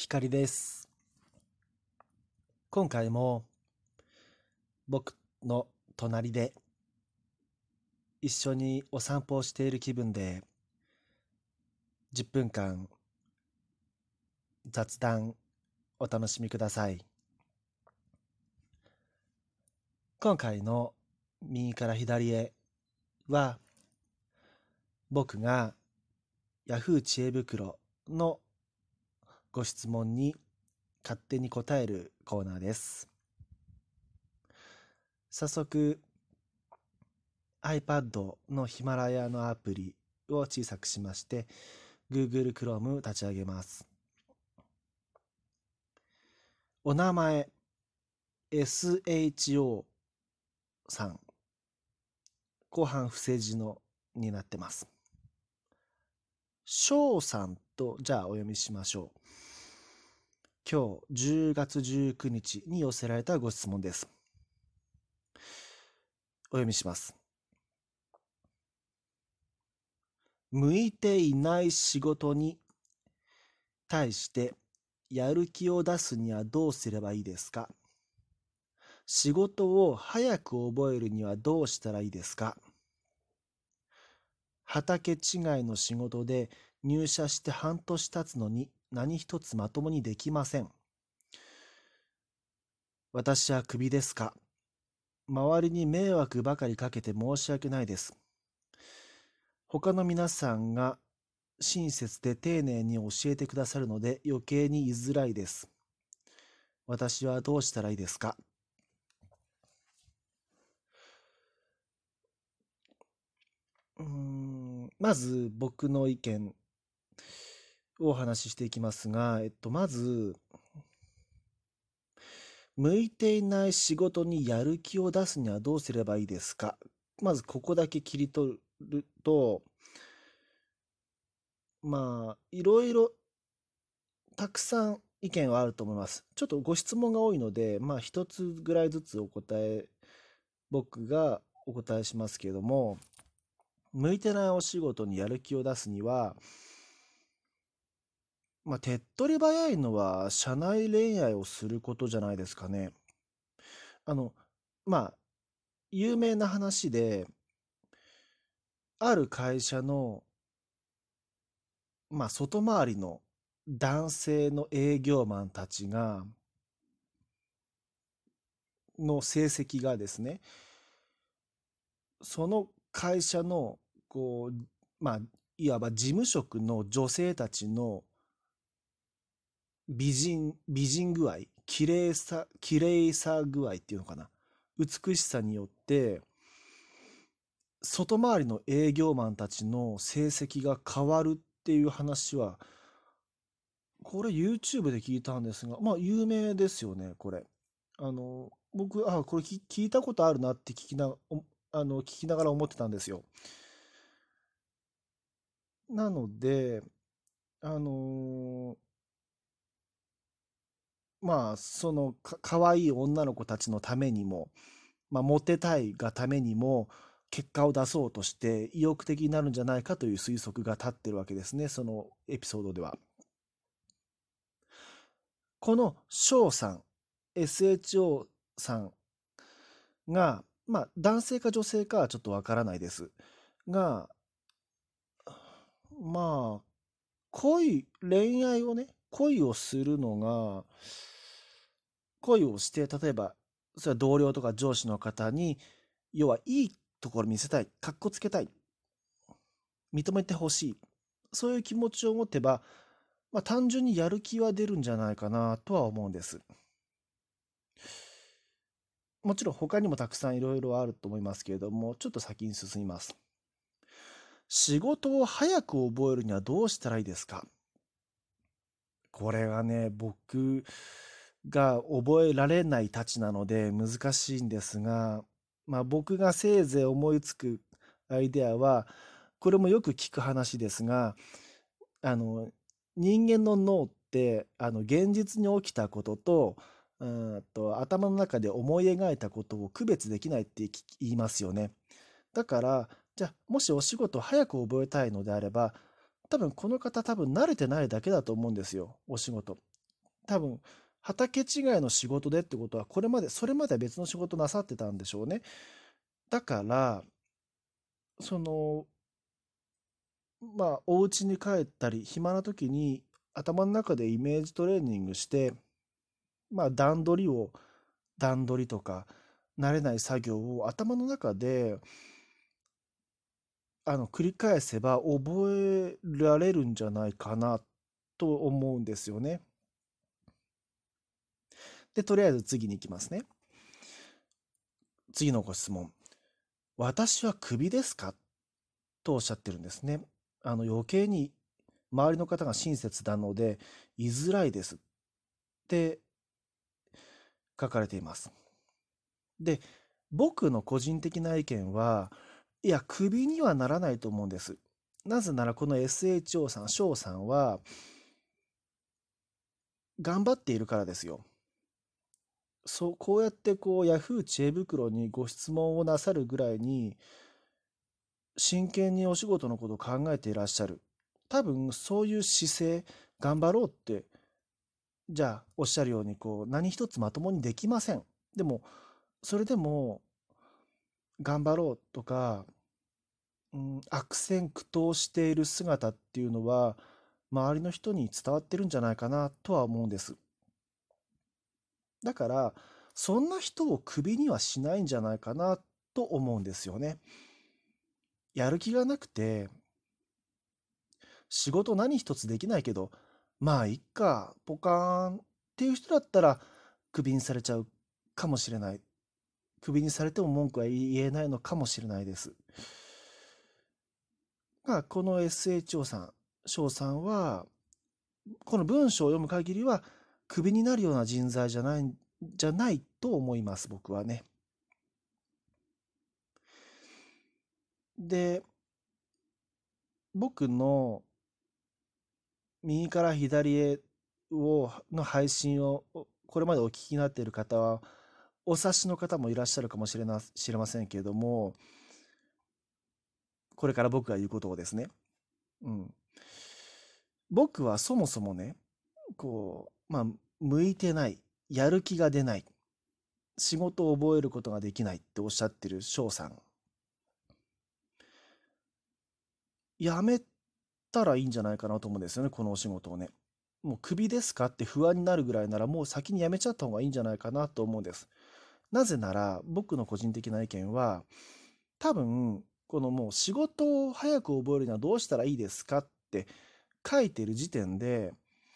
光です。今回も僕の隣で一緒にお散歩をしている気分で10分間雑談お楽しみください。今回の右から左へは僕が Yahoo 知恵袋のご質問に勝手に答えるコーナーです。早速 iPad のヒマラヤのアプリを小さくしまして Google Chrome 立ち上げます。お名前 SHO さん、後半伏せ字のになってます。翔さんとじゃあお読みしましょう。今日10月19日に寄せられたご質問です。お読みします。向いていない仕事に対してやる気を出すにはどうすればいいですか？仕事を早く覚えるにはどうしたらいいですか？畑違いの仕事で入社して半年経つのに何一つまともにできません。私はクビですか？周りに迷惑ばかりかけて申し訳ないです。他の皆さんが親切で丁寧に教えてくださるので余計に言いづらいです。私はどうしたらいいですか？まず僕の意見をお話ししていきますが、まず、向いていない仕事にやる気を出すにはどうすればいいですか？まずここだけ切り取ると、いろいろたくさん意見はあると思います。ちょっとご質問が多いので、一つぐらいずつ僕がお答えしますけれども、向いてないお仕事にやる気を出すには、手っ取り早いのは社内恋愛をすることじゃないですかね。あの、まあ、有名な話で、ある会社の、外回りの男性の営業マンたちの成績がですね、その会社の、こう、いわば事務職の女性たちの美人具合、綺麗さ具合っていうのかな。美しさによって、外回りの営業マンたちの成績が変わるっていう話は、これ YouTube で聞いたんですが、有名ですよね、これ。僕、これ聞いたことあるなって聞きながら思ってたんですよ。なので、あの可愛い女の子たちのためにも、モテたいがためにも、結果を出そうとして意欲的になるんじゃないかという推測が立ってるわけですね、そのエピソードでは。この翔さん、SHO さんが、男性か女性かはちょっとわからないですが、まあ、恋愛をね、恋をするのが、恋をして、例えば、それは同僚とか上司の方に、要はいいところ見せたい、かっこつけたい、認めてほしい、そういう気持ちを持てば、単純にやる気は出るんじゃないかなとは思うんです。もちろん他にもたくさんいろいろあると思いますけれども、ちょっと先に進みます。仕事を早く覚えるにはどうしたらいいですか？これはね、僕が覚えられないたちなので難しいんですが、僕がせいぜい思いつくアイデアは、これもよく聞く話ですが、あの、人間の脳って、現実に起きたことと、頭の中で思い描いたことを区別できないって言いますよね。だから、じゃあ、もしお仕事を早く覚えたいのであれば、多分この方慣れてないだけだと思うんですよ、お仕事。 多分畑違いの仕事でってことは、それまでは別の仕事なさってたんでしょうね。だから、その、お家に帰ったり、暇な時に頭の中でイメージトレーニングして、段取りとか、慣れない作業を頭の中で、繰り返せば覚えられるんじゃないかなと思うんですよね。で、とりあえず次に行きますね。次のご質問。私はクビですかとおっしゃってるんですね。余計に周りの方が親切なので言いづらいですって書かれています。で、僕の個人的な意見は、いや、クビにはならないと思うんです。なぜならこの SHO さん、翔さんは頑張っているからですよ。こうやってヤフー知恵袋にご質問をなさるぐらいに真剣にお仕事のことを考えていらっしゃる。多分そういう姿勢、頑張ろうって、じゃあおっしゃるように何一つまともにできません。でも、それでも頑張ろうとか、悪戦苦闘している姿っていうのは、周りの人に伝わってるんじゃないかなとは思うんです。だから、そんな人をクビにはしないんじゃないかなと思うんですよね。やる気がなくて、仕事何一つできないけど、まあ、いっか、ポカーンっていう人だったら、クビにされちゃうかもしれない。クビにされても文句は言えないのかもしれないです。この SHO さん、翔さんは、この文章を読む限りは、クビになるような人材じゃないと思います、僕はね。で、僕の右から左への配信をこれまでお聞きになっている方は、お察しの方もいらっしゃるかもしれませんけれども、これから僕が言うことをですね。うん。僕はそもそもね、向いてない、やる気が出ない、仕事を覚えることができないっておっしゃってる翔さん。やめたらいいんじゃないかなと思うんですよね、このお仕事をね。もうクビですかって不安になるぐらいなら、もう先に辞めちゃった方がいいんじゃないかなと思うんです。なぜなら、僕の個人的な意見は、多分、このもう仕事を早く覚えるにはどうしたらいいですかって書いてる時点で、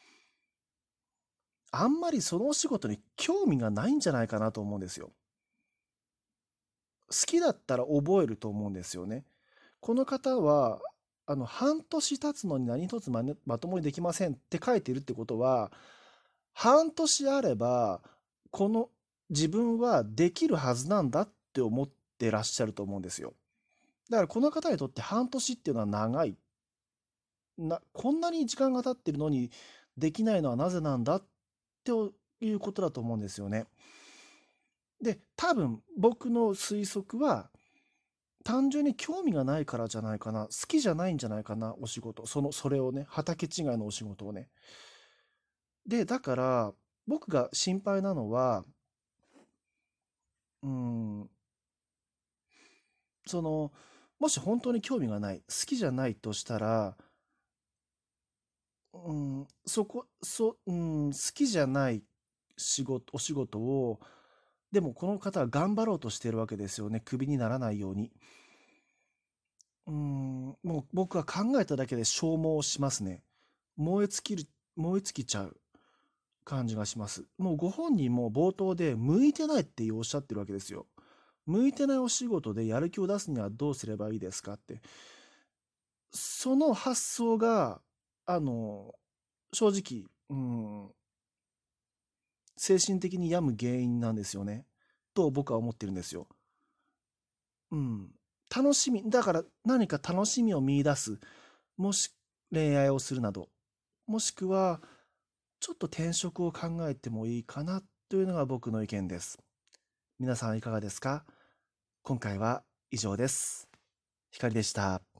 あんまりそのお仕事に興味がないんじゃないかなと思うんですよ。好きだったら覚えると思うんですよね。この方は、半年経つのに何一つまともにできませんって書いてるってことは、半年あれば、この自分はできるはずなんだって思ってらっしゃると思うんですよ。だからこの方にとって半年っていうのは長い。こんなに時間が経ってるのにできないのはなぜなんだっていうことだと思うんですよね。で、多分僕の推測は、単純に興味がないからじゃないかな。好きじゃないんじゃないかな、お仕事。それをね、畑違いのお仕事をね。で、だから、僕が心配なのは、うーん、その、もし本当に興味がない、好きじゃないとしたら、好きじゃないお仕事を、でもこの方は頑張ろうとしてるわけですよね。クビにならないように。もう僕は考えただけで消耗しますね。燃え尽きる、燃え尽きちゃう感じがします。もうご本人も冒頭で向いてないっておっしゃってるわけですよ。向いてないお仕事でやる気を出すにはどうすればいいですかって。その発想が、あの、正直、精神的に病む原因なんですよね。と僕は思ってるんですよ。うん。だから何か楽しみを見出す。もし恋愛をするなど。もしくは、ちょっと転職を考えてもいいかなというのが僕の意見です。皆さんいかがですか？今回は以上です。ひかりでした。